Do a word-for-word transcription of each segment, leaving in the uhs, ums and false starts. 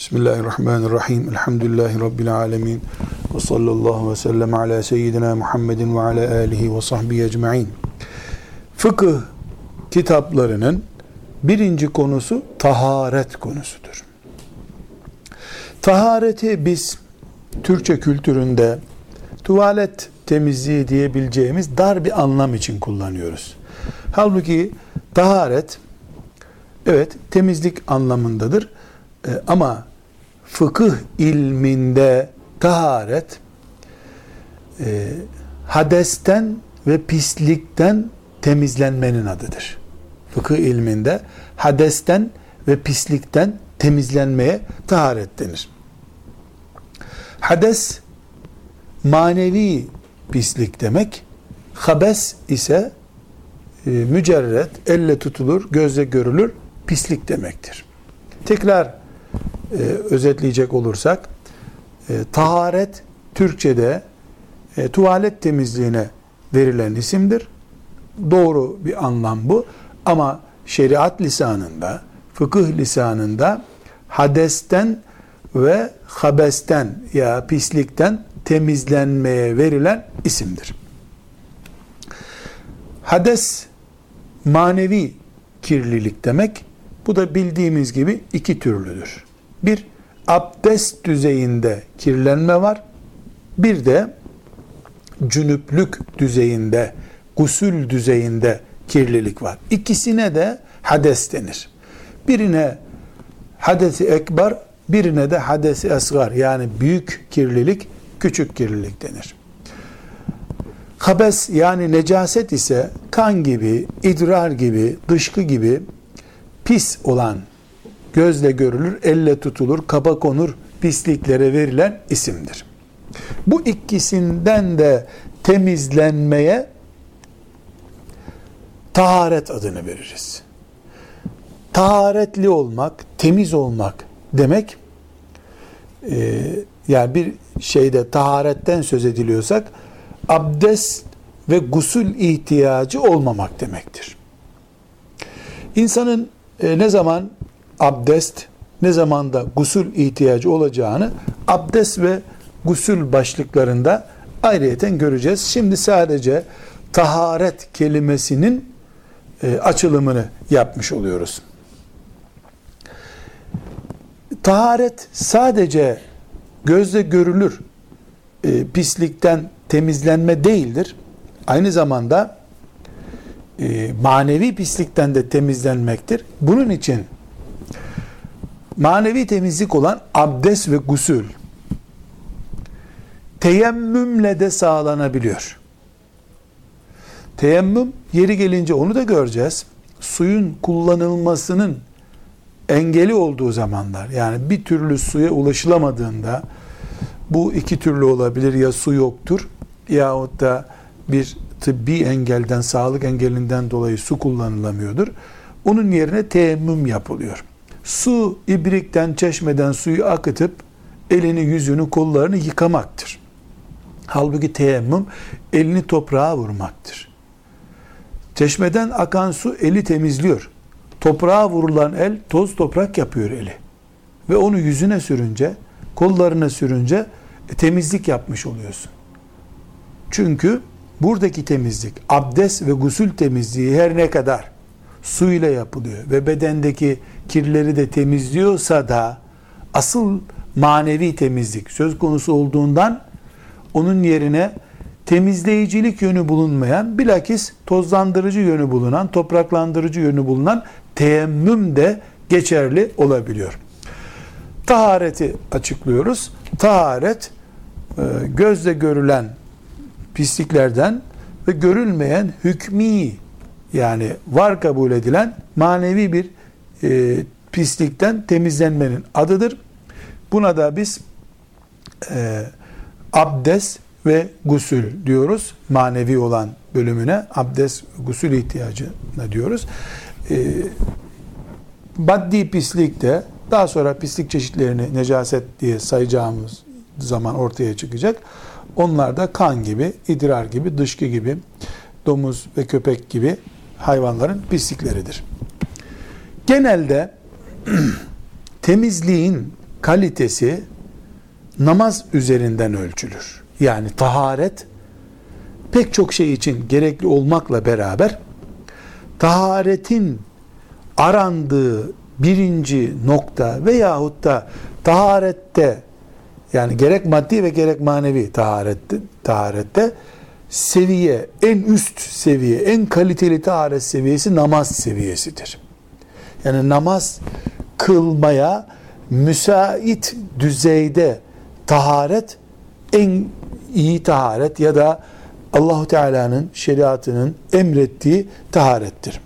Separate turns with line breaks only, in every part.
Bismillahirrahmanirrahim. Elhamdülillahi Rabbil alemin. Ve sallallahu ve sellem ala seyyidina Muhammedin ve ala alihi ve sahbihi ecma'in. Fıkıh kitaplarının birinci konusu taharet konusudur. Tahareti biz Türkçe kültüründe tuvalet temizliği diyebileceğimiz dar bir anlam için kullanıyoruz. Halbuki taharet evet temizlik anlamındadır. Ee, ama fıkıh ilminde taharet e, hadesten ve pislikten temizlenmenin adıdır. Fıkıh ilminde hadesten ve pislikten temizlenmeye taharet denir. Hades manevi pislik demek. Habes ise e, mücerret, elle tutulur, gözle görülür pislik demektir. Tekrar e, özetleyecek olursak e, taharet Türkçe'de e, tuvalet temizliğine verilen isimdir. Doğru bir anlam bu. Ama şeriat lisanında, fıkıh lisanında hadesten ve habesten ya pislikten temizlenmeye verilen isimdir. Hades manevi kirlilik demek. Bu da bildiğimiz gibi iki türlüdür. Bir, abdest düzeyinde kirlenme var. Bir de cünüplük düzeyinde, gusül düzeyinde kirlilik var. İkisine de hades denir. Birine hadesi ekber, birine de hadesi esgar, yani büyük kirlilik, küçük kirlilik denir. Habes yani necaset ise kan gibi, idrar gibi, dışkı gibi pis olan, gözle görülür, elle tutulur, kaba konur pisliklere verilen isimdir. Bu ikisinden de temizlenmeye taharet adını veririz. Taharetli olmak, temiz olmak demek, e, yani bir şeyde taharetten söz ediliyorsak, abdest ve gusül ihtiyacı olmamak demektir. İnsanın e, ne zaman abdest, ne zaman da gusül ihtiyacı olacağını abdest ve gusül başlıklarında ayrıyeten göreceğiz. Şimdi sadece taharet kelimesinin e, açılımını yapmış oluyoruz. Taharet sadece gözle görülür e, pislikten temizlenme değildir. Aynı zamanda e, manevi pislikten de temizlenmektir. Bunun için manevi temizlik olan abdest ve gusül teyemmümle de sağlanabiliyor. Teyemmüm yeri gelince onu da göreceğiz. Suyun kullanılmasının engeli olduğu zamanlar, yani bir türlü suya ulaşılamadığında, bu iki türlü olabilir, ya su yoktur yahut da bir tıbbi engelden, sağlık engelinden dolayı su kullanılamıyordur. Onun yerine teyemmüm yapılıyor. Su, ibrikten, çeşmeden suyu akıtıp elini, yüzünü, kollarını yıkamaktır. Halbuki teyemmüm elini toprağa vurmaktır. Çeşmeden akan su eli temizliyor. Toprağa vurulan el toz toprak yapıyor eli. Ve onu yüzüne sürünce, kollarına sürünce e, temizlik yapmış oluyorsun. Çünkü buradaki temizlik, abdest ve gusül temizliği her ne kadar su ile yapılıyor ve bedendeki kirleri de temizliyorsa da asıl manevi temizlik söz konusu olduğundan onun yerine temizleyicilik yönü bulunmayan, bilakis tozlandırıcı yönü bulunan, topraklandırıcı yönü bulunan teyemmüm de geçerli olabiliyor. Tahareti açıklıyoruz. Taharet gözle görülen pisliklerden ve görülmeyen hükmî, yani var kabul edilen manevi bir e, pislikten temizlenmenin adıdır. Buna da biz e, abdest ve gusül diyoruz. Manevi olan bölümüne abdest, gusül ihtiyacına diyoruz. E, maddi pislik de daha sonra pislik çeşitlerini necaset diye sayacağımız zaman ortaya çıkacak. Onlar da kan gibi, idrar gibi, dışkı gibi, domuz ve köpek gibi hayvanların pislikleridir. Genelde temizliğin kalitesi namaz üzerinden ölçülür. Yani taharet pek çok şey için gerekli olmakla beraber taharetin arandığı birinci nokta veyahut da taharette, yani gerek maddi ve gerek manevi taharette, taharette seviye, en üst seviye, en kaliteli taharet seviyesi namaz seviyesidir. Yani namaz kılmaya müsait düzeyde taharet en iyi taharet ya da Allah-u Teala'nın şeriatının emrettiği taharettir.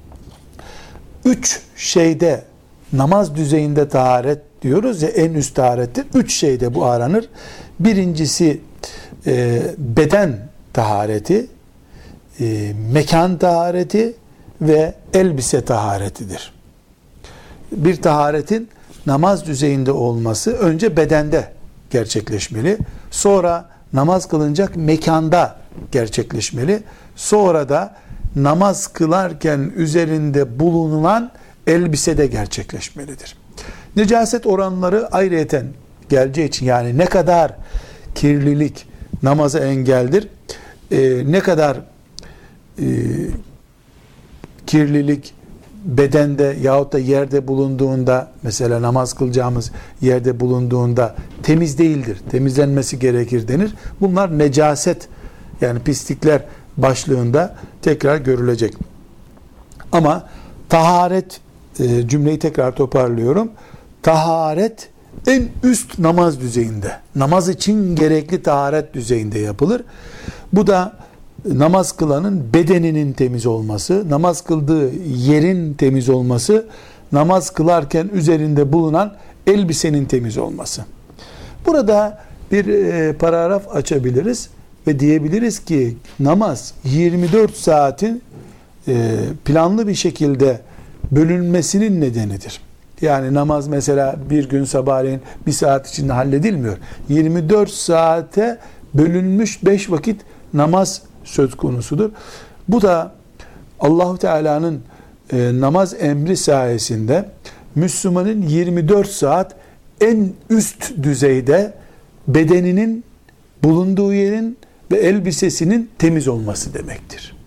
Üç şeyde namaz düzeyinde taharet diyoruz ya, en üst taharettir. Üç şeyde bu aranır. Birincisi e, beden tahareti, e, mekan tahareti ve elbise taharetidir. Bir taharetin namaz düzeyinde olması önce bedende gerçekleşmeli. Sonra namaz kılınacak mekanda gerçekleşmeli. Sonra da namaz kılarken üzerinde bulunan elbisede gerçekleşmelidir. Necaset oranları ayrıyeten geleceği için, yani ne kadar kirlilik namaza engeldir, e, ne kadar e, kirlilik bedende yahut da yerde bulunduğunda, mesela namaz kılacağımız yerde bulunduğunda temiz değildir, temizlenmesi gerekir denir. Bunlar necaset, yani pislikler başlığında tekrar görülecek. Ama taharet, e, cümleyi tekrar toparlıyorum. Taharet en üst namaz düzeyinde, namaz için gerekli taharet düzeyinde yapılır. Bu da namaz kılanın bedeninin temiz olması, namaz kıldığı yerin temiz olması, namaz kılarken üzerinde bulunan elbisenin temiz olması. Burada bir e, paragraf açabiliriz ve diyebiliriz ki namaz yirmi dört saatin e, planlı bir şekilde bölünmesinin nedenidir. Yani namaz mesela bir gün sabahleyin bir saat içinde halledilmiyor. yirmi dört saate bölünmüş beş vakit namaz söz konusudur. Bu da Allah-u Teala'nın e, namaz emri sayesinde Müslümanın yirmi dört saat en üst düzeyde bedeninin, bulunduğu yerin ve elbisesinin temiz olması demektir.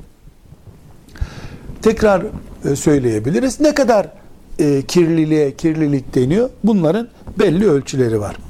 Tekrar e, söyleyebiliriz. Ne kadar e, kirliliğe kirlilik deniyor? Bunların belli ölçüleri var.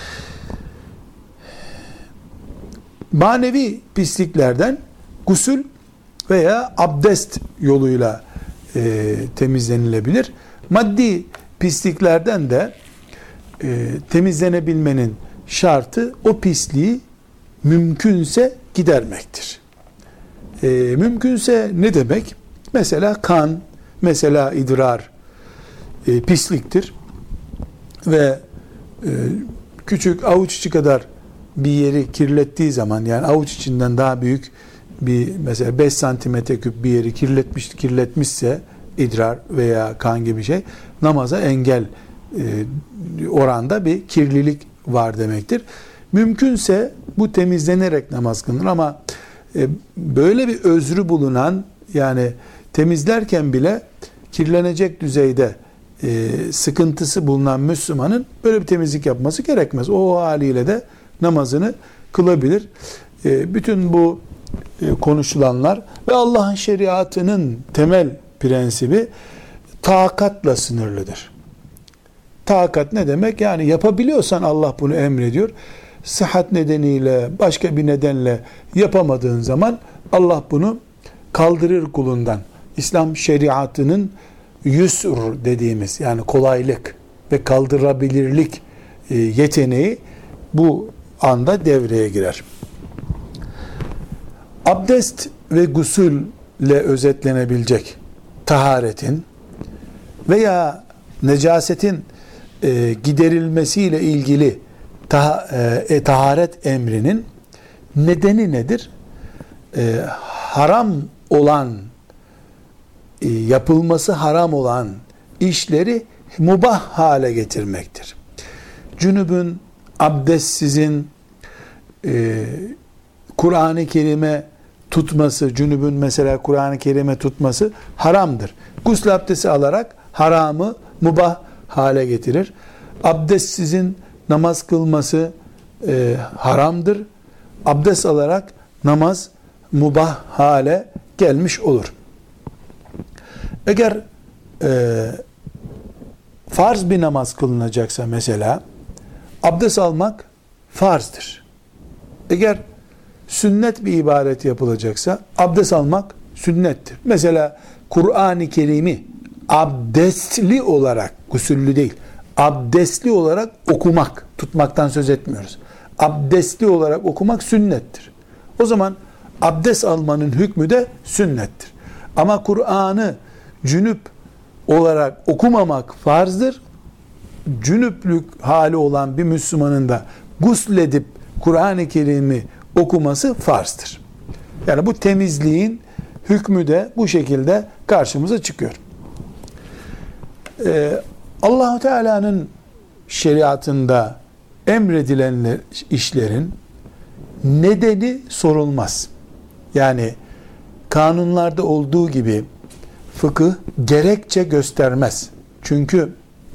Manevi pisliklerden gusül veya abdest yoluyla e, temizlenilebilir. Maddi pisliklerden de e, temizlenebilmenin şartı o pisliği mümkünse gidermektir. E, mümkünse ne demek? Mesela kan, mesela idrar e, pisliktir ve e, küçük avuç içi kadar bir yeri kirlettiği zaman, yani avuç içinden daha büyük bir, mesela beş santimetre küp bir yeri kirletmiş kirletmişse idrar veya kan gibi şey, namaza engel e, oranda bir kirlilik var demektir. Mümkünse bu temizlenerek namaz kılınır ama e, böyle bir özrü bulunan, yani temizlerken bile kirlenecek düzeyde e, sıkıntısı bulunan Müslümanın böyle bir temizlik yapması gerekmez. O haliyle de namazını kılabilir. E, bütün bu e, konuşulanlar ve Allah'ın şeriatının temel prensibi takatla sınırlıdır. Takat ne demek? Yani yapabiliyorsan Allah bunu emrediyor. Sıhhat nedeniyle, başka bir nedenle yapamadığın zaman Allah bunu kaldırır kulundan. İslam şeriatının yusr dediğimiz, yani kolaylık ve kaldırabilirlik e, yeteneği bu anda devreye girer. Abdest ve gusülle özetlenebilecek taharetin veya necasetin e, giderilmesiyle ilgili ta, e, taharet emrinin nedeni nedir? E, haram olan, e, yapılması haram olan işleri mubah hale getirmektir. Cünübün abdestsizin e, Kur'an-ı Kerim'e tutması, cünübün mesela Kur'an-ı Kerim'e tutması haramdır. Gusül abdesti alarak haramı mubah hale getirir. abdestsizin namaz kılması e, haramdır. Abdest alarak namaz mubah hale gelmiş olur. Eğer e, farz bir namaz kılınacaksa mesela, abdest almak farzdır. Eğer sünnet bir ibadet yapılacaksa, abdest almak sünnettir. Mesela Kur'an-ı Kerim'i abdestli olarak, gusüllü değil, abdestli olarak okumak, tutmaktan söz etmiyoruz. Abdestli olarak okumak sünnettir. O zaman abdest almanın hükmü de sünnettir. Ama Kur'an'ı cünüp olarak okumamak farzdır. Cünüplük hali olan bir Müslümanın da gusledip Kur'an-ı Kerim'i okuması farzdır. Yani bu temizliğin hükmü de bu şekilde karşımıza çıkıyor. Ee, Allah-u Teala'nın şeriatında emredilen işlerin nedeni sorulmaz. Yani kanunlarda olduğu gibi fıkıh gerekçe göstermez. Çünkü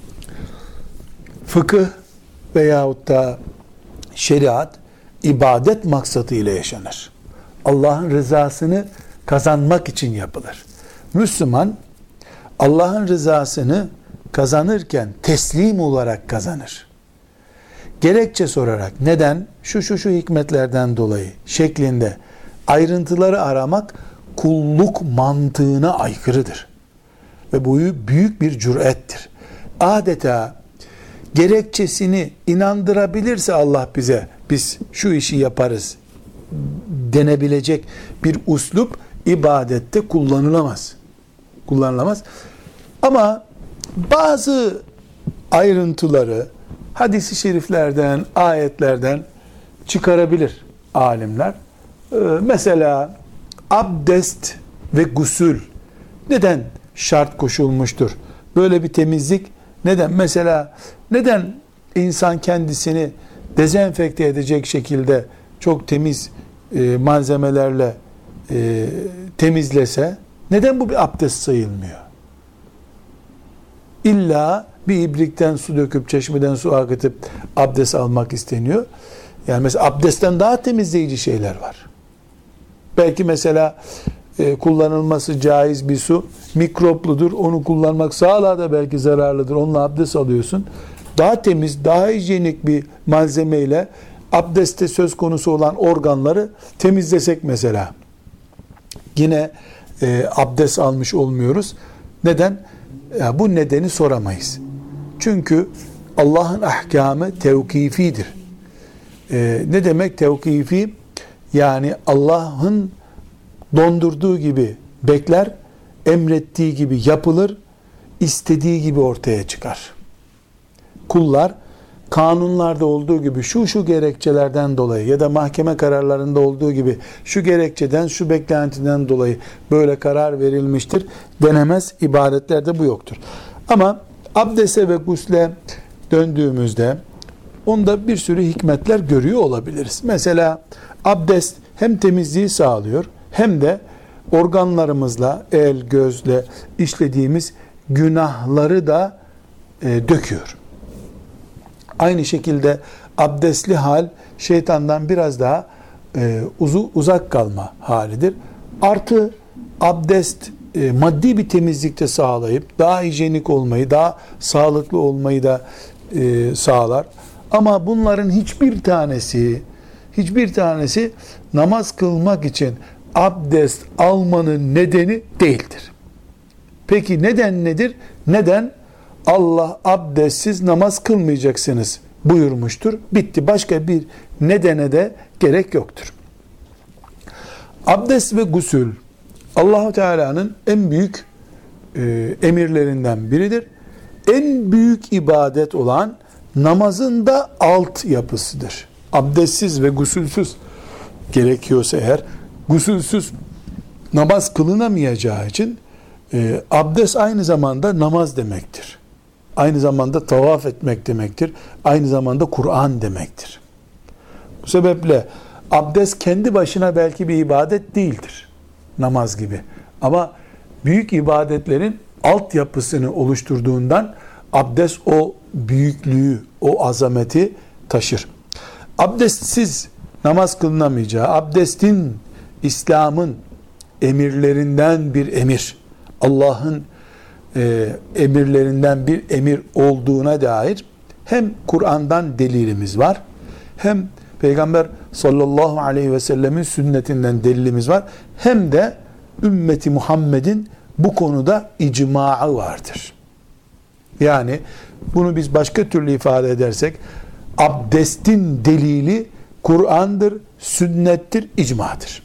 fıkıh veyahut da şeriat ibadet maksadıyla yaşanır. Allah'ın rızasını kazanmak için yapılır. Müslüman Allah'ın rızasını kazanırken teslim olarak kazanır. Gerekçe sorarak neden? Şu şu şu hikmetlerden dolayı şeklinde ayrıntıları aramak kulluk mantığına aykırıdır. Ve bu büyük bir cürettir. Adeta gerekçesini inandırabilirse Allah bize, biz şu işi yaparız denebilecek bir uslup ibadette kullanılamaz. Kullanılamaz. Ama bazı ayrıntıları hadis-i şeriflerden, ayetlerden çıkarabilir alimler. Ee, mesela abdest ve gusül neden şart koşulmuştur? Böyle bir temizlik neden? Mesela neden insan kendisini dezenfekte edecek şekilde çok temiz e, malzemelerle e, temizlese neden bu bir abdest sayılmıyor? İlla bir ibrikten su döküp çeşmeden su akıtıp abdest almak isteniyor. Yani mesela abdestten daha temizleyici şeyler var. Belki mesela e, kullanılması caiz bir su mikropludur. Onu kullanmak sağlığa da belki zararlıdır. Onunla abdest alıyorsun. Daha temiz, daha hijyenik bir malzemeyle abdestte söz konusu olan organları temizlesek mesela. Yine e, abdest almış olmuyoruz. Neden? Ya bu nedeni soramayız. Çünkü Allah'ın ahkamı tevkifidir. Ee, ne demek tevkifi? Yani Allah'ın dondurduğu gibi bekler, emrettiği gibi yapılır, istediği gibi ortaya çıkar. Kullar kanunlarda olduğu gibi şu şu gerekçelerden dolayı ya da mahkeme kararlarında olduğu gibi şu gerekçeden, şu beklentiden dolayı böyle karar verilmiştir denemez. İbadetlerde bu yoktur. Ama abdeste ve gusle döndüğümüzde onda bir sürü hikmetler görüyor olabiliriz. Mesela abdest hem temizliği sağlıyor hem de organlarımızla, el, gözle işlediğimiz günahları da e, döküyor. Aynı şekilde abdestli hal şeytandan biraz daha e, uzu, uzak kalma halidir. Artı abdest e, maddi bir temizlikte sağlayıp daha hijyenik olmayı, daha sağlıklı olmayı da e, sağlar. Ama bunların hiçbir tanesi, hiçbir tanesi namaz kılmak için abdest almanın nedeni değildir. Peki neden nedir? Neden? Allah abdestsiz namaz kılmayacaksınız buyurmuştur. Bitti. Başka bir nedene de gerek yoktur. Abdest ve gusül Allah-u Teala'nın en büyük e, emirlerinden biridir. En büyük ibadet olan namazın da alt yapısıdır. Abdestsiz ve gusülsüz gerekiyorsa eğer, gusülsüz namaz kılınamayacağı için e, abdest aynı zamanda namaz demektir. Aynı zamanda tavaf etmek demektir. Aynı zamanda Kur'an demektir. Bu sebeple abdest kendi başına belki bir ibadet değildir. Namaz gibi. Ama büyük ibadetlerin altyapısını oluşturduğundan abdest o büyüklüğü, o azameti taşır. Abdestsiz namaz kılınamayacağı, abdestin İslam'ın emirlerinden bir emir, Allah'ın e, emirlerinden bir emir olduğuna dair hem Kur'an'dan delilimiz var, hem Peygamber sallallahu aleyhi ve sellemin sünnetinden delilimiz var, hem de ümmeti Muhammed'in bu konuda icmaı vardır. Yani bunu biz başka türlü ifade edersek, abdestin delili Kur'an'dır, sünnettir, icmadır.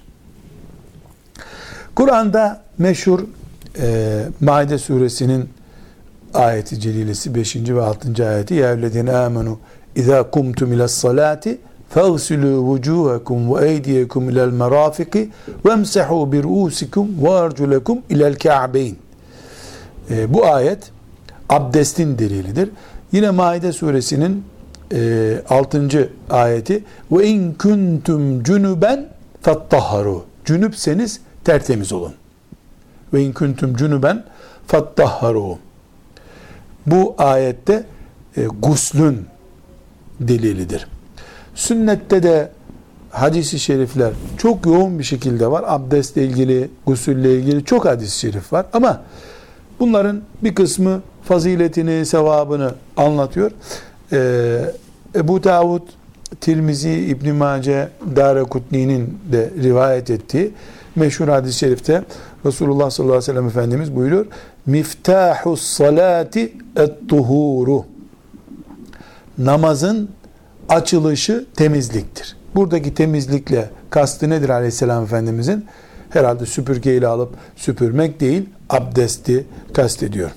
Kur'an'da meşhur e, Maide suresinin ayeti celilesi beşinci ve altıncı ayeti ya eyyühellezine amenu iza kumtum ilas salati فَاغْسِلُوا وُجُوهَكُمْ وَاَيْدِيَكُمْ اِلَى الْمَرَافِقِ وَامْسَحُوا بِرُؤُوسِكُمْ وَاَرْجُلَكُمْ اِلَى الْكَعْبَيْنِ. E, bu ayet abdestin delilidir. Yine Maide suresinin e, altıncı ayeti وَاِنْ كُنْتُمْ جُنُبًا فَاتَّهَّرُوا. Cünüpseniz tertemiz olun. وَاِنْ كُنْتُمْ جُنُبًا فَاتَّهَّرُوا. Bu ayette e, guslün delilidir. Sünnette de hadis-i şerifler çok yoğun bir şekilde var. Abdestle ilgili, gusülle ilgili çok hadis-i şerif var. Ama bunların bir kısmı faziletini, sevabını anlatıyor. Ee, Ebu Davud, Tirmizi, İbn-i Mace, Darekutni'nin de rivayet ettiği meşhur hadis-i şerifte Resulullah sallallahu aleyhi ve sellem Efendimiz buyuruyor. Miftahus salati et-tuhuru. Namazın açılışı temizliktir. Buradaki temizlikle kastı nedir aleyhisselam Efendimizin? Herhalde süpürgeyle alıp süpürmek değil, abdesti kastediyor.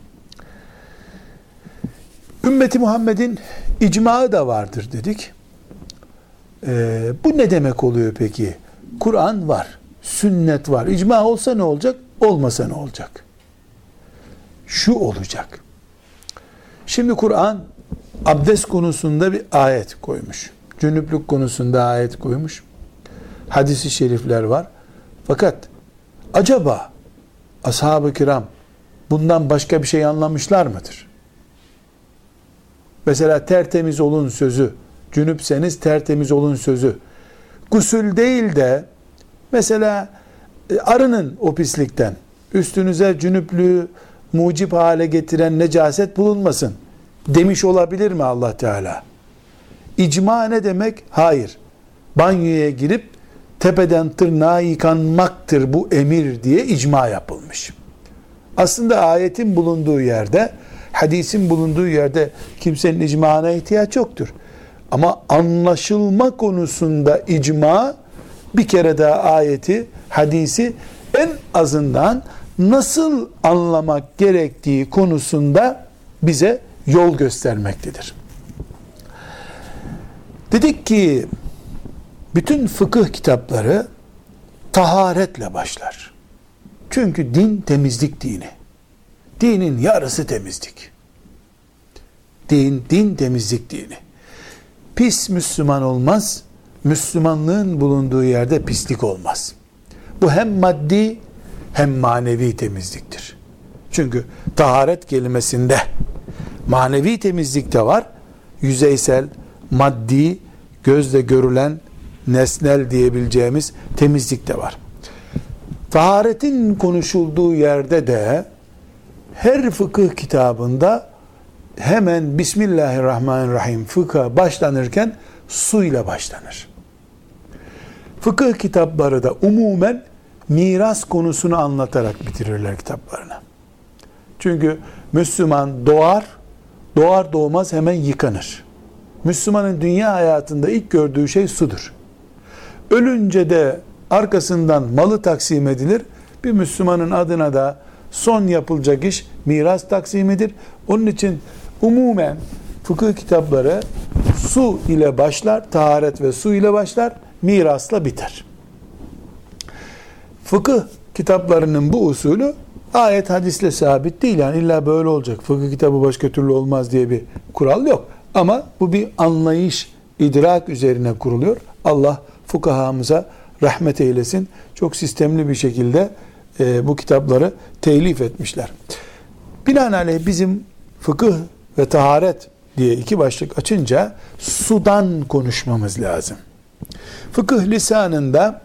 Ümmeti Muhammed'in icmaı da vardır dedik. Ee, bu ne demek oluyor peki? Kur'an var, sünnet var. İcma olsa ne olacak? Olmasa ne olacak? Şu olacak. Şimdi Kur'an abdest konusunda bir ayet koymuş. Cünüplük konusunda ayet koymuş. Hadis-i şerifler var. Fakat acaba ashab-ı kiram bundan başka bir şey anlamışlar mıdır? Mesela tertemiz olun sözü, cünüpseniz tertemiz olun sözü, gusül değil de mesela arının o pislikten, üstünüze cünüplüğü mucip hale getiren necaset bulunmasın demiş olabilir mi Allah Teala? İcma ne demek? Hayır. Banyoya girip tepeden tırnağa yıkanmaktır bu emir diye icma yapılmış. Aslında ayetin bulunduğu yerde, hadisin bulunduğu yerde kimsenin icmana ihtiyaç yoktur. Ama anlaşılma konusunda icma bir kere daha ayeti, hadisi en azından nasıl anlamak gerektiği konusunda bize yol göstermektedir. Dedik ki bütün fıkıh kitapları taharetle başlar. Çünkü din temizlik dini. Dinin yarısı temizlik. Din, din temizlik dini. Pis Müslüman olmaz, Müslümanlığın bulunduğu yerde pislik olmaz. Bu hem maddi hem manevi temizliktir. Çünkü taharet kelimesinde manevi temizlik de var, yüzeysel, maddi, gözle görülen, nesnel diyebileceğimiz temizlik de var. Taharetin konuşulduğu yerde de her fıkıh kitabında hemen Bismillahirrahmanirrahim fıkha başlanırken suyla başlanır. Fıkıh kitapları da umumen miras konusunu anlatarak bitirirler kitaplarını. Çünkü Müslüman doğar, doğar doğmaz hemen yıkanır. Müslümanın dünya hayatında ilk gördüğü şey sudur. Ölünce de arkasından malı taksim edilir. Bir Müslümanın adına da son yapılacak iş miras taksimidir. Onun için umumen fıkıh kitapları su ile başlar, taharet ve su ile başlar, mirasla biter. Fıkıh kitaplarının bu usulü ayet hadisle sabit değil. Yani illa böyle olacak, fıkıh kitabı başka türlü olmaz diye bir kural yok. Ama bu bir anlayış, idrak üzerine kuruluyor. Allah fukahamıza rahmet eylesin. Çok sistemli bir şekilde e, bu kitapları telif etmişler. Binaenaleyh bizim fıkıh ve taharet diye iki başlık açınca sudan konuşmamız lazım. Fıkıh lisanında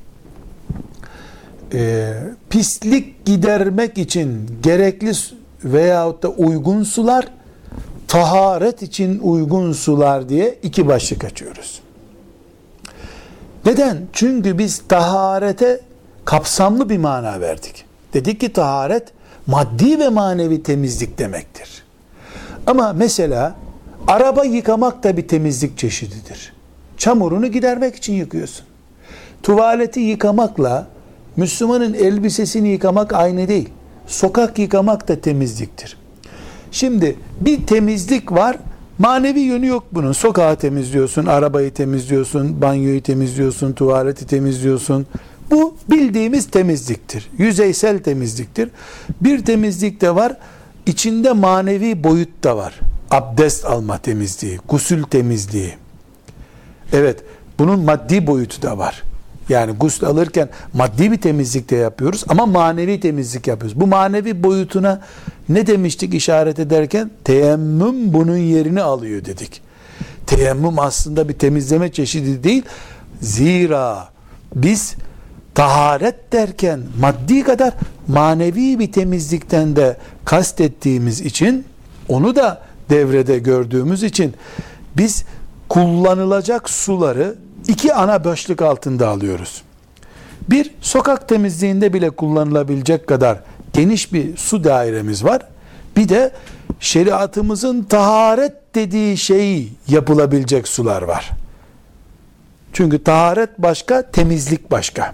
e, pislik gidermek için gerekli veyahut da uygun sular, taharet için uygun sular diye iki başlık açıyoruz. Neden? Çünkü biz taharete kapsamlı bir mana verdik. Dedik ki taharet maddi ve manevi temizlik demektir. Ama mesela araba yıkamak da bir temizlik çeşididir. Çamurunu gidermek için yıkıyorsun. Tuvaleti yıkamakla Müslümanın elbisesini yıkamak aynı değil. Sokak yıkamak da temizliktir. Şimdi bir temizlik var, manevi yönü yok bunun. Sokağı temizliyorsun, arabayı temizliyorsun, banyoyu temizliyorsun, tuvaleti temizliyorsun. Bu bildiğimiz temizliktir. Yüzeysel temizliktir. Bir temizlik de var, içinde manevi boyut da var. Abdest alma temizliği, gusül temizliği. Evet, bunun maddi boyutu da var. Yani gusül alırken maddi bir temizlik de yapıyoruz ama manevi temizlik yapıyoruz. Bu manevi boyutuna ne demiştik işaret ederken? Teyemmüm bunun yerini alıyor dedik. Teyemmüm aslında bir temizleme çeşidi değil. Zira biz taharet derken maddi kadar manevi bir temizlikten de kastettiğimiz için, onu da devrede gördüğümüz için biz kullanılacak suları iki ana başlık altında alıyoruz. Bir, sokak temizliğinde bile kullanılabilecek kadar geniş bir su dairemiz var. Bir de şeriatımızın taharet dediği şey yapılabilecek sular var. Çünkü taharet başka, temizlik başka.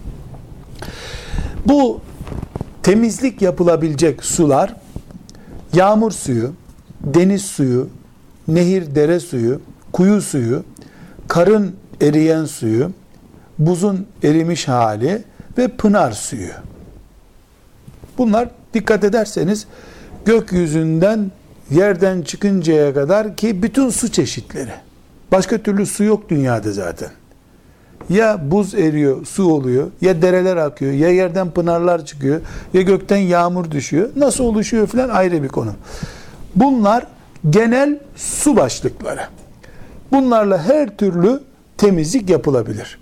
Bu temizlik yapılabilecek sular, yağmur suyu, deniz suyu, nehir, dere suyu, kuyu suyu, karın eriyen suyu, buzun erimiş hali ve pınar suyu. Bunlar dikkat ederseniz gökyüzünden yerden çıkıncaya kadar ki bütün su çeşitleri. Başka türlü su yok dünyada zaten. Ya buz eriyor, su oluyor, ya dereler akıyor, ya yerden pınarlar çıkıyor, ya gökten yağmur düşüyor. Nasıl oluşuyor falan ayrı bir konu. Bunlar genel su başlıkları. Bunlarla her türlü temizlik yapılabilir.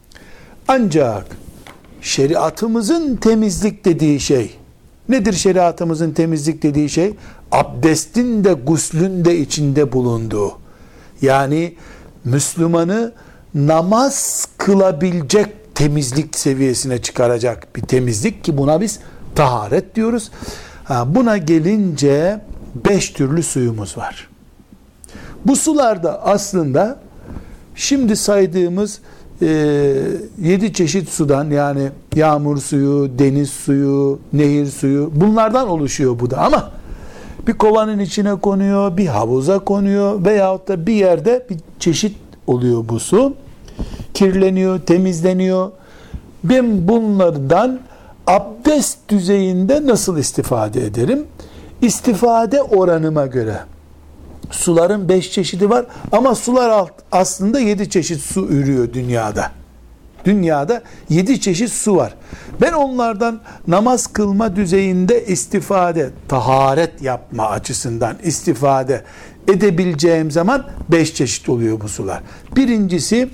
Ancak şeriatımızın temizlik dediği şey, nedir şeriatımızın temizlik dediği şey? Abdestin de guslün de içinde bulunduğu. Yani Müslümanı namaz kılabilecek temizlik seviyesine çıkaracak bir temizlik ki buna biz taharet diyoruz. Ha, buna gelince beş türlü suyumuz var. Bu sularda aslında şimdi saydığımız e, yedi çeşit sudan, yani yağmur suyu, deniz suyu, nehir suyu, bunlardan oluşuyor bu da. Ama bir kovanın içine konuyor, bir havuza konuyor veyahut da bir yerde bir çeşit oluyor bu su. Kirleniyor, temizleniyor. Ben bunlardan abdest düzeyinde nasıl istifade ederim? İstifade oranıma göre. Suların beş çeşidi var ama sular aslında yedi çeşit su ürüyor dünyada. Dünyada yedi çeşit su var. Ben onlardan namaz kılma düzeyinde istifade, taharet yapma açısından istifade edebileceğim zaman beş çeşit oluyor bu sular. Birincisi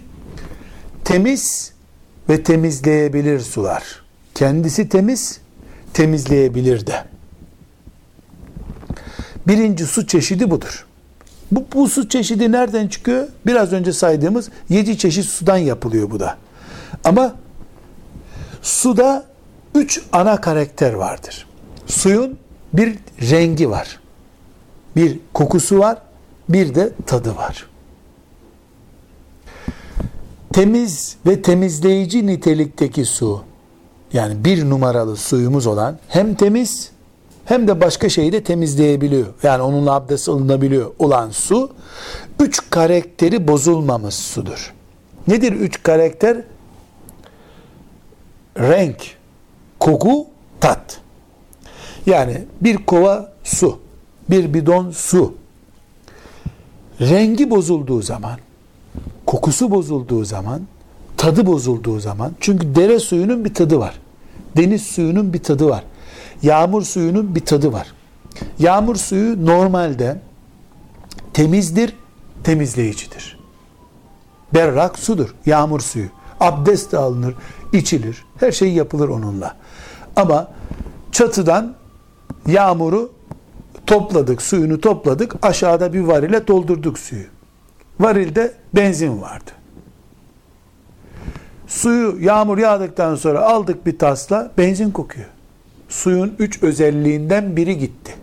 temiz ve temizleyebilir sular. Kendisi temiz, temizleyebilir de. Birinci su çeşidi budur. Bu, bu su çeşidi nereden çıkıyor? Biraz önce saydığımız yedi çeşit sudan yapılıyor bu da. Ama suda üç ana karakter vardır. Suyun bir rengi var, bir kokusu var, bir de tadı var. Temiz ve temizleyici nitelikteki su, yani bir numaralı suyumuz olan, hem temiz hem de başka şeyi de temizleyebiliyor. Yani onunla abdest alınabiliyor olan su, üç karakteri bozulmamış sudur. Nedir üç karakter? Renk, koku, tat. Yani bir kova su, bir bidon su, rengi bozulduğu zaman, kokusu bozulduğu zaman, tadı bozulduğu zaman, çünkü dere suyunun bir tadı var, deniz suyunun bir tadı var, yağmur suyunun bir tadı var. Yağmur suyu normalde temizdir, temizleyicidir. Berrak sudur yağmur suyu. Abdest de alınır, içilir. Her şey yapılır onunla. Ama çatıdan yağmuru topladık, suyunu topladık. Aşağıda bir varile doldurduk suyu. Varilde benzin vardı. Suyu yağmur yağdıktan sonra aldık bir tasla, benzin kokuyor. Suyun üç özelliğinden biri gitti.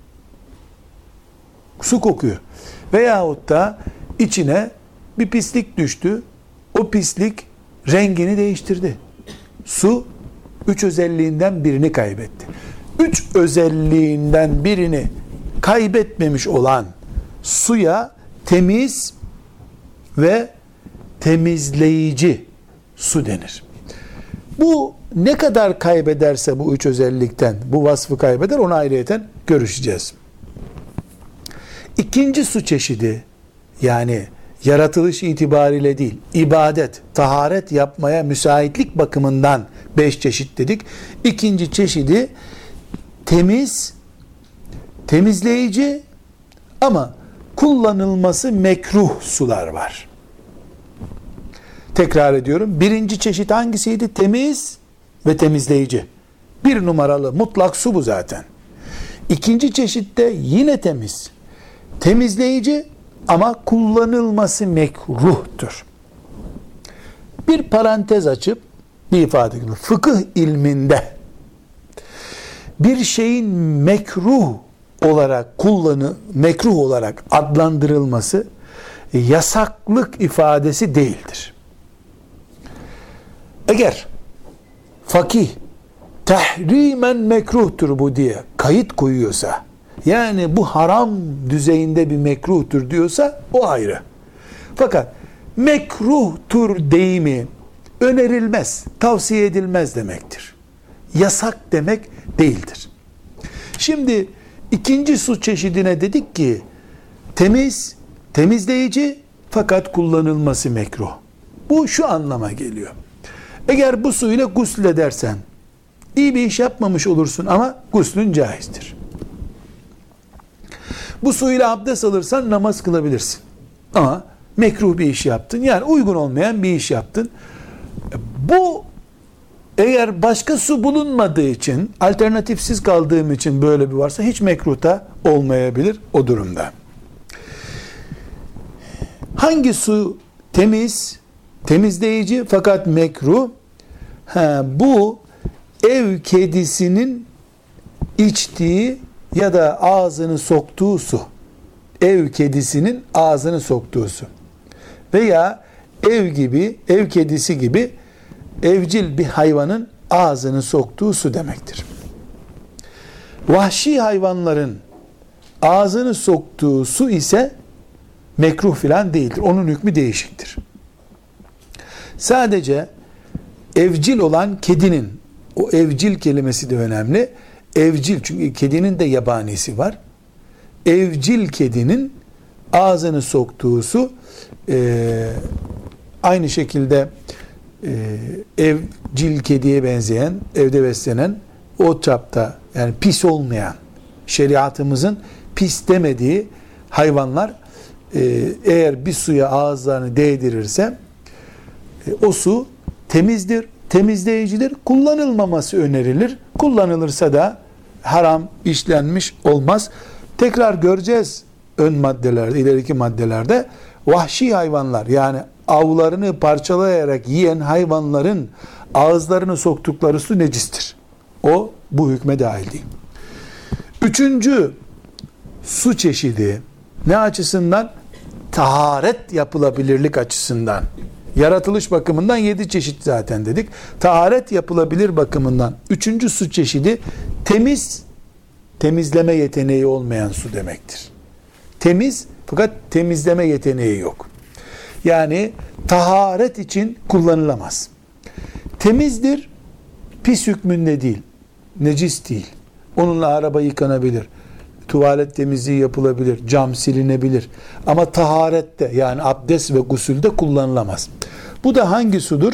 Su kokuyor. Veyahut da içine bir pislik düştü. O pislik rengini değiştirdi. Su üç özelliğinden birini kaybetti. Üç özelliğinden birini kaybetmemiş olan suya temiz ve temizleyici su denir. Bu ne kadar kaybederse bu üç özellikten bu vasfı kaybeder, onu ayrıyeten görüşeceğiz. İkinci su çeşidi, yani yaratılış itibariyle değil, ibadet, taharet yapmaya müsaitlik bakımından beş çeşit dedik. İkinci çeşidi temiz, temizleyici ama kullanılması mekruh sular var. Tekrar ediyorum. Birinci çeşit hangisiydi? Temiz ve temizleyici. Bir numaralı mutlak su bu zaten. İkinci çeşitte yine temiz, temizleyici ama kullanılması mekruhtur. Bir parantez açıp bir ifade gibi, fıkıh ilminde bir şeyin mekruh olarak kullanı mekruh olarak adlandırılması yasaklık ifadesi değildir. Eğer fakih tahrimen mekruhtur bu diye kayıt koyuyorsa, yani bu haram düzeyinde bir mekruhtur diyorsa o ayrı. Fakat mekruhtur deyimi önerilmez, tavsiye edilmez demektir. Yasak demek değildir. Şimdi ikinci su çeşidine dedik ki temiz, temizleyici fakat kullanılması mekruh. Bu şu anlama geliyor. Eğer bu suyla gusledersen iyi bir iş yapmamış olursun ama guslün caizdir. Bu suyla abdest alırsan namaz kılabilirsin. Ama mekruh bir iş yaptın. Yani uygun olmayan bir iş yaptın. Bu eğer başka su bulunmadığı için, alternatifsiz kaldığım için böyle bir varsa hiç mekruhta olmayabilir o durumda. Hangi su temiz, temizleyici fakat mekruh? Ha, bu ev kedisinin içtiği ya da ağzını soktuğu su. Ev kedisinin ağzını soktuğu su. Veya ev gibi, ev kedisi gibi evcil bir hayvanın ağzını soktuğu su demektir. Vahşi hayvanların ağzını soktuğu su ise mekruh filan değildir. Onun hükmü değişiktir. Sadece evcil olan kedinin, o evcil kelimesi de önemli. Evcil, çünkü kedinin de yabanisi var. Evcil kedinin ağzını soktuğu su e, aynı şekilde e, evcil kediye benzeyen, evde beslenen, o çapta yani pis olmayan, şeriatımızın pis demediği hayvanlar e, eğer bir suya ağızlarını değdirirse e, o su temizdir, temizleyicidir, kullanılmaması önerilir. Kullanılırsa da haram işlenmiş olmaz. Tekrar göreceğiz ön maddelerde, ileriki maddelerde. Vahşi hayvanlar, yani avlarını parçalayarak yiyen hayvanların ağızlarını soktukları su necistir. O bu hükme dahil değil. Üçüncü su çeşidi ne açısından? Taharet yapılabilirlik açısından. Yaratılış bakımından yedi çeşit zaten dedik. Taharet yapılabilir bakımından üçüncü su çeşidi temiz, temizleme yeteneği olmayan su demektir. Temiz fakat temizleme yeteneği yok. Yani taharet için kullanılamaz. Temizdir, pis hükmünde değil, necis değil. Onunla araba yıkanabilir, tuvalet temizliği yapılabilir, cam silinebilir. Ama taharette, yani abdest ve gusülde kullanılamaz. Bu da hangi sudur?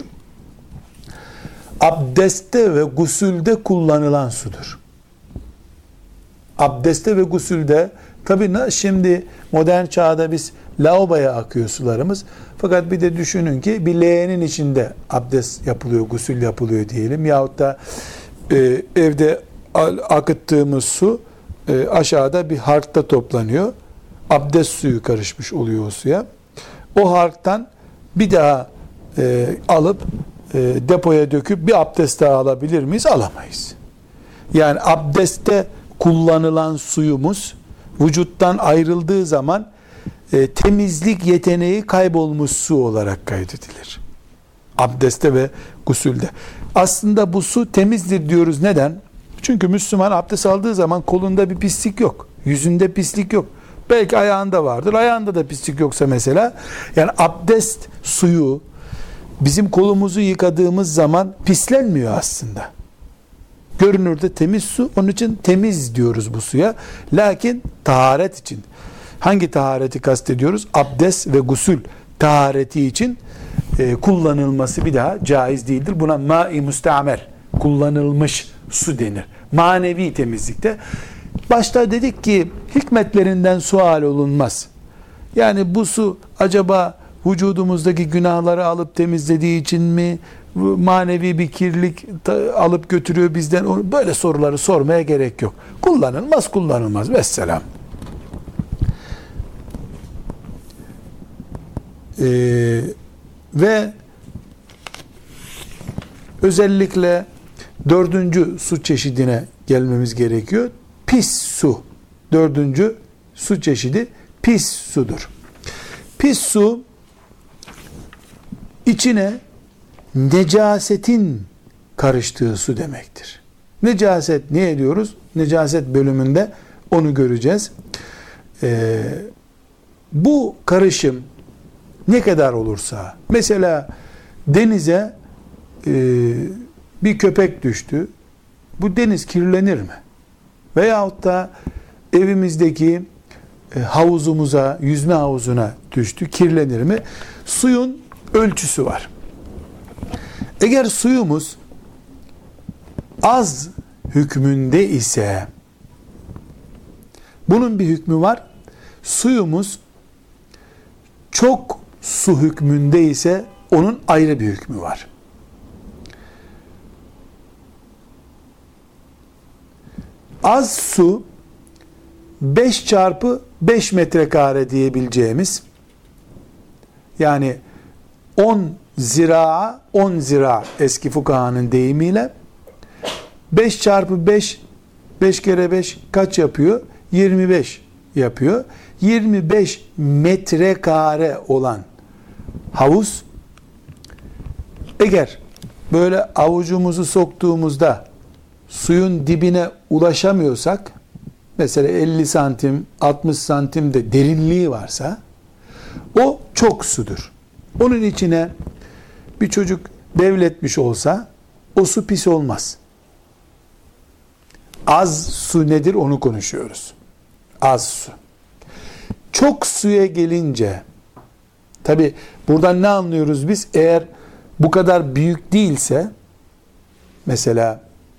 Abdestte ve gusülde kullanılan sudur. Abdeste ve gusülde, tabii şimdi modern çağda biz lavaboya akıyor sularımız. Fakat bir de düşünün ki bir leğenin içinde abdest yapılıyor, gusül yapılıyor diyelim. Yahut da e, evde akıttığımız su e, aşağıda bir harkta toplanıyor. Abdest suyu karışmış oluyor o suya. O harktan bir daha e, alıp e, depoya döküp bir abdest daha alabilir miyiz? Alamayız. Yani abdestte kullanılan suyumuz vücuttan ayrıldığı zaman e, temizlik yeteneği kaybolmuş su olarak kaydedilir. Abdestte ve gusülde. Aslında bu su temizdir diyoruz. Neden? Çünkü Müslüman abdest aldığı zaman kolunda bir pislik yok. Yüzünde pislik yok. Belki ayağında vardır. Ayağında da pislik yoksa mesela. Yani abdest suyu bizim kolumuzu yıkadığımız zaman pislenmiyor aslında. Görünürde temiz su. Onun için temiz diyoruz bu suya. Lakin taharet için. Hangi tahareti kastediyoruz? Abdest ve gusül tahareti için e, kullanılması bir daha caiz değildir. Buna ma-i müstamel, kullanılmış su denir. Manevi temizlikte. Başta dedik ki hikmetlerinden sual olunmaz. Yani bu su acaba vücudumuzdaki günahları alıp temizlediği için mi, manevi bir kirlilik alıp götürüyor bizden? Böyle soruları sormaya gerek yok. Kullanılmaz, kullanılmaz. Vesselam. Ee, ve özellikle dördüncü su çeşidine gelmemiz gerekiyor. Pis su. Dördüncü su çeşidi pis sudur. Pis su içine necasetin karıştığı su demektir. Necaset ne diyoruz? Necaset bölümünde onu göreceğiz. Ee, bu karışım ne kadar olursa, mesela denize e, bir köpek düştü, bu deniz kirlenir mi? Veyahut da evimizdeki e, havuzumuza, yüzme havuzuna düştü, kirlenir mi? Suyun ölçüsü var. Eğer suyumuz az hükmünde ise, bunun bir hükmü var. Suyumuz çok su hükmünde ise onun ayrı bir hükmü var. Az su beş çarpı beş metrekare diyebileceğimiz, yani on zira on zira eski fukahanın deyimiyle, beş çarpı beş, beş kere beş kaç yapıyor? yirmi beş yapıyor. yirmi beş metrekare olan havuz, eğer böyle avucumuzu soktuğumuzda suyun dibine ulaşamıyorsak, mesela elli santim, altmış santim de derinliği varsa, o çok sudur. Onun içine bir çocuk devletmiş olsa, o su pis olmaz. Az su nedir onu konuşuyoruz. Az su. Çok suya gelince, tabi buradan ne anlıyoruz biz? Eğer bu kadar büyük değilse, mesela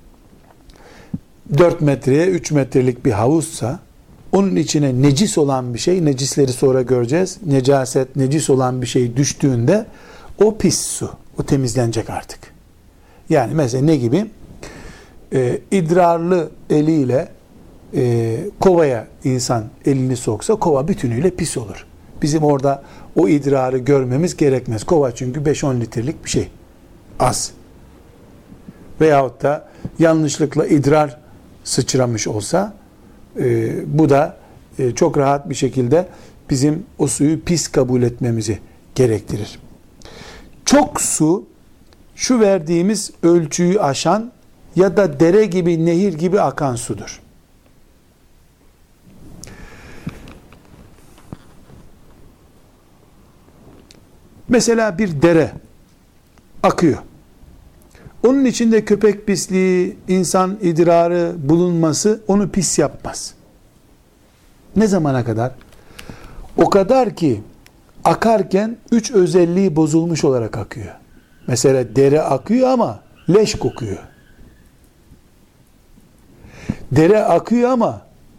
dört metreye üç metrelik bir havuzsa, onun içine necis olan bir şey, necisleri sonra göreceğiz, necaset, necis olan bir şey düştüğünde o pis su, o temizlenecek artık. Yani mesela ne gibi? Ee, idrarlı eliyle e, kovaya insan elini soksa, kova bütünüyle pis olur. Bizim orada o idrarı görmemiz gerekmez. Kova çünkü beş on litrelik bir şey. Az. Veyahut da yanlışlıkla idrar sıçramış olsa, e, bu da e, çok rahat bir şekilde bizim o suyu pis kabul etmemizi gerektirir. Çok su, şu verdiğimiz ölçüyü aşan ya da dere gibi, nehir gibi akan sudur. Mesela bir dere akıyor. Onun içinde köpek pisliği, insan idrarı bulunması onu pis yapmaz. Ne zamana kadar? O kadar ki akarken üç özelliği bozulmuş olarak akıyor. Mesela dere akıyor ama leş kokuyor. Dere akıyor ama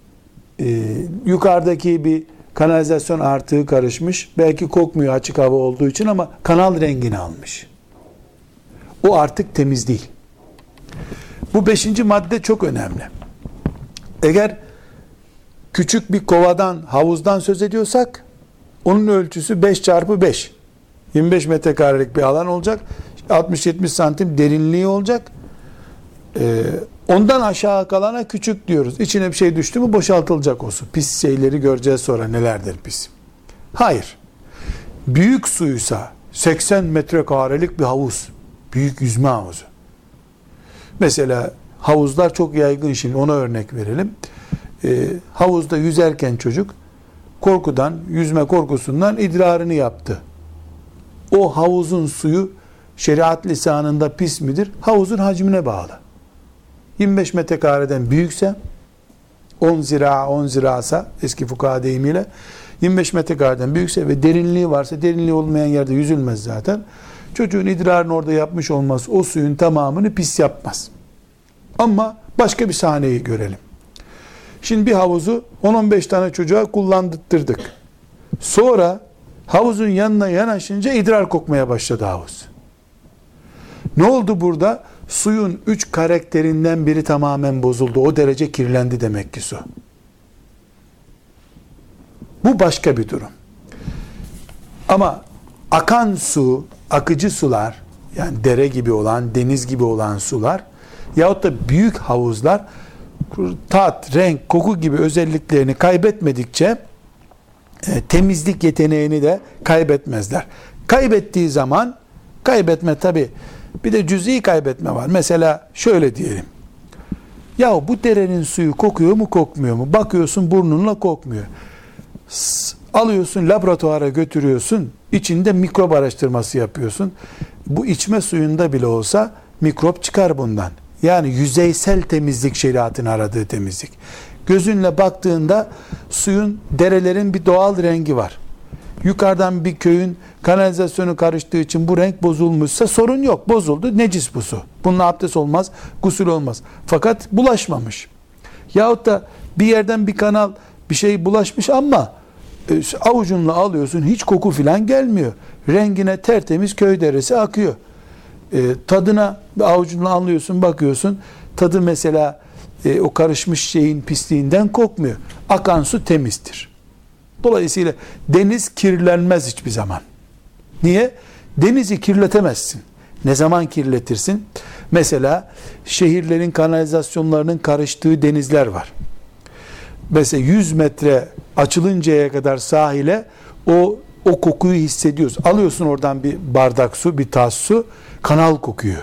e, yukarıdaki bir kanalizasyon artığı karışmış. Belki kokmuyor açık hava olduğu için ama kanal rengini almış. O artık temiz değil. Bu beşinci madde çok önemli. Eğer küçük bir kovadan, havuzdan söz ediyorsak, onun ölçüsü beş çarpı beş. yirmi beş metrekarelik bir alan olacak. altmış yetmiş santim derinliği olacak. Ee, ondan aşağı kalana küçük diyoruz. İçine bir şey düştü mü boşaltılacak o su. Pis şeyleri göreceğiz sonra, nelerdir pis. Hayır. Büyük suysa seksen metrekarelik bir havuz. Büyük yüzme havuzu. Mesela havuzlar çok yaygın, şimdi ona örnek verelim. Ee, havuzda yüzerken çocuk korkudan, yüzme korkusundan idrarını yaptı. O havuzun suyu şeriat lisanında pis midir? Havuzun hacmine bağlı. yirmi beş metrekareden büyükse, on zira on zirasa eski fukaha deyimiyle, yirmi beş metrekareden büyükse ve derinliği varsa, derinliği olmayan yerde yüzülmez zaten. Çocuğun idrarını orada yapmış olması o suyun tamamını pis yapmaz. Ama başka bir sahneyi görelim. Şimdi bir havuzu on on beş tane çocuğa kullandırdık. Sonra havuzun yanına yanaşınca idrar kokmaya başladı havuz. Ne oldu burada? Suyun üç karakterinden biri tamamen bozuldu. O derece kirlendi demek ki su. Bu başka bir durum. Ama akan su, akıcı sular, yani dere gibi olan, deniz gibi olan sular yahut da büyük havuzlar tat, renk, koku gibi özelliklerini kaybetmedikçe e, temizlik yeteneğini de kaybetmezler. Kaybettiği zaman, kaybetme tabi bir de cüz'i kaybetme var. Mesela şöyle diyelim. Ya bu derenin suyu kokuyor mu kokmuyor mu? Bakıyorsun burnunla kokmuyor. S- alıyorsun laboratuvara götürüyorsun. İçinde mikrop araştırması yapıyorsun. Bu içme suyunda bile olsa mikrop çıkar bundan. Yani yüzeysel temizlik şeriatın aradığı temizlik. Gözünle baktığında suyun, derelerin bir doğal rengi var. Yukarıdan bir köyün kanalizasyonu karıştığı için bu renk bozulmuşsa sorun yok. Bozuldu, necis bu su. Bununla abdest olmaz, gusül olmaz. Fakat bulaşmamış. Yahut da bir yerden bir kanal bir şey bulaşmış ama e, avucunla alıyorsun, hiç koku filan gelmiyor. Rengine tertemiz köy deresi akıyor. E, tadına avucunla alıyorsun, bakıyorsun. Tadı mesela e, o karışmış şeyin pisliğinden kokmuyor. Akan su temizdir. Dolayısıyla deniz kirlenmez hiçbir zaman. Niye? Denizi kirletemezsin. Ne zaman kirletirsin? Mesela şehirlerin kanalizasyonlarının karıştığı denizler var. Mesela yüz metre açılıncaya kadar sahile o o kokuyu hissediyorsun. Alıyorsun oradan bir bardak su, bir tas su, kanal kokuyor.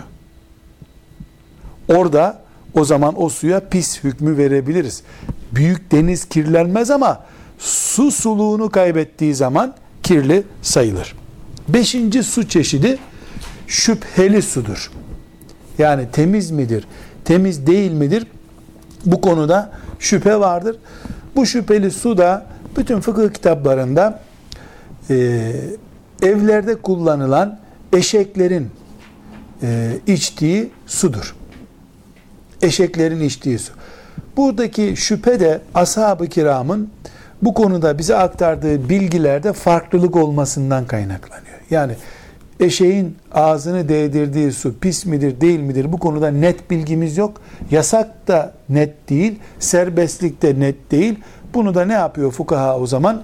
Orada o zaman o suya pis hükmü verebiliriz. Büyük deniz kirlenmez ama su suluğunu kaybettiği zaman kirli sayılır. Beşinci su çeşidi şüpheli sudur. Yani temiz midir, temiz değil midir? Bu konuda şüphe vardır. Bu şüpheli su da bütün fıkıh kitaplarında e, evlerde kullanılan eşeklerin e, içtiği sudur. Eşeklerin içtiği su. Buradaki şüphe de ashab-ı kiramın bu konuda bize aktardığı bilgilerde farklılık olmasından kaynaklanıyor. Yani eşeğin ağzını değdirdiği su pis midir değil midir bu konuda net bilgimiz yok. Yasak da net değil, serbestlik de net değil. Bunu da ne yapıyor fukaha o zaman?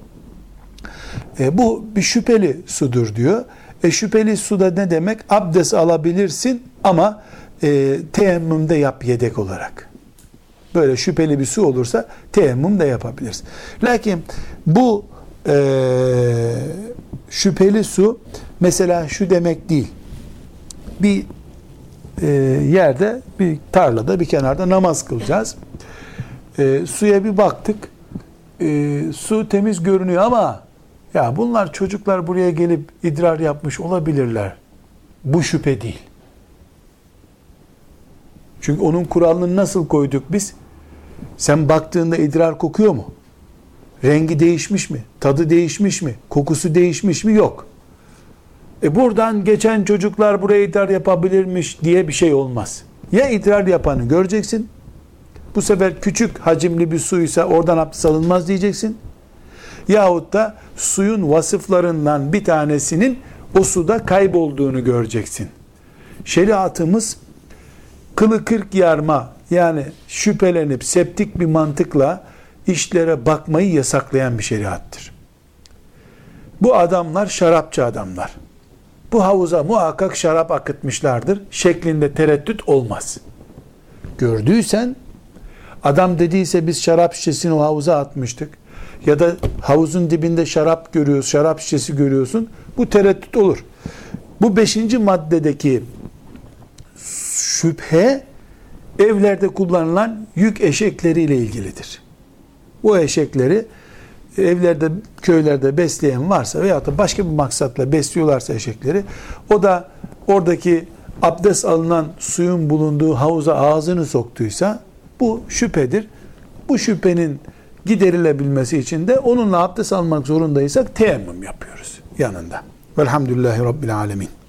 E, bu bir şüpheli sudur diyor. E, şüpheli suda ne demek? Abdest alabilirsin ama e, teyemmüm de yap yedek olarak. Böyle şüpheli bir su olursa teyemmüm de yapabiliriz. Lakin bu e, şüpheli su mesela şu demek değil. Bir e, yerde, bir tarlada, bir kenarda namaz kılacağız. E, suya bir baktık. E, su temiz görünüyor ama ya bunlar çocuklar buraya gelip idrar yapmış olabilirler. Bu şüphe değil. Çünkü onun kuralını nasıl koyduk biz? Sen baktığında idrar kokuyor mu? Rengi değişmiş mi? Tadı değişmiş mi? Kokusu değişmiş mi? Yok. E buradan geçen çocuklar buraya idrar yapabilirmiş diye bir şey olmaz. Ya idrar yapanı göreceksin, Bu sefer küçük hacimli bir suysa oradan abdest alınmaz diyeceksin. Yahut da suyun vasıflarından bir tanesinin o suda kaybolduğunu göreceksin. Şeriatımız kılı kırk yarma, yani şüphelenip septik bir mantıkla işlere bakmayı yasaklayan bir şeriattır. Bu adamlar şarapçı adamlar. Bu havuza muhakkak şarap akıtmışlardır şeklinde tereddüt olmaz. Gördüysen, adam dediyse biz şarap şişesini o havuza atmıştık ya da havuzun dibinde şarap görüyoruz, şarap şişesi görüyorsun, bu tereddüt olur. Bu beşinci maddedeki şüphe evlerde kullanılan yük eşekleriyle ilgilidir. Bu eşekleri evlerde, köylerde besleyen varsa veyahut da başka bir maksatla besliyorlarsa eşekleri, o da oradaki abdest alınan suyun bulunduğu havuza ağzını soktuysa bu şüphedir. Bu şüphenin giderilebilmesi için de onunla abdest almak zorundaysak teyemmüm yapıyoruz yanında. Velhamdülillahi Rabbil Alemin.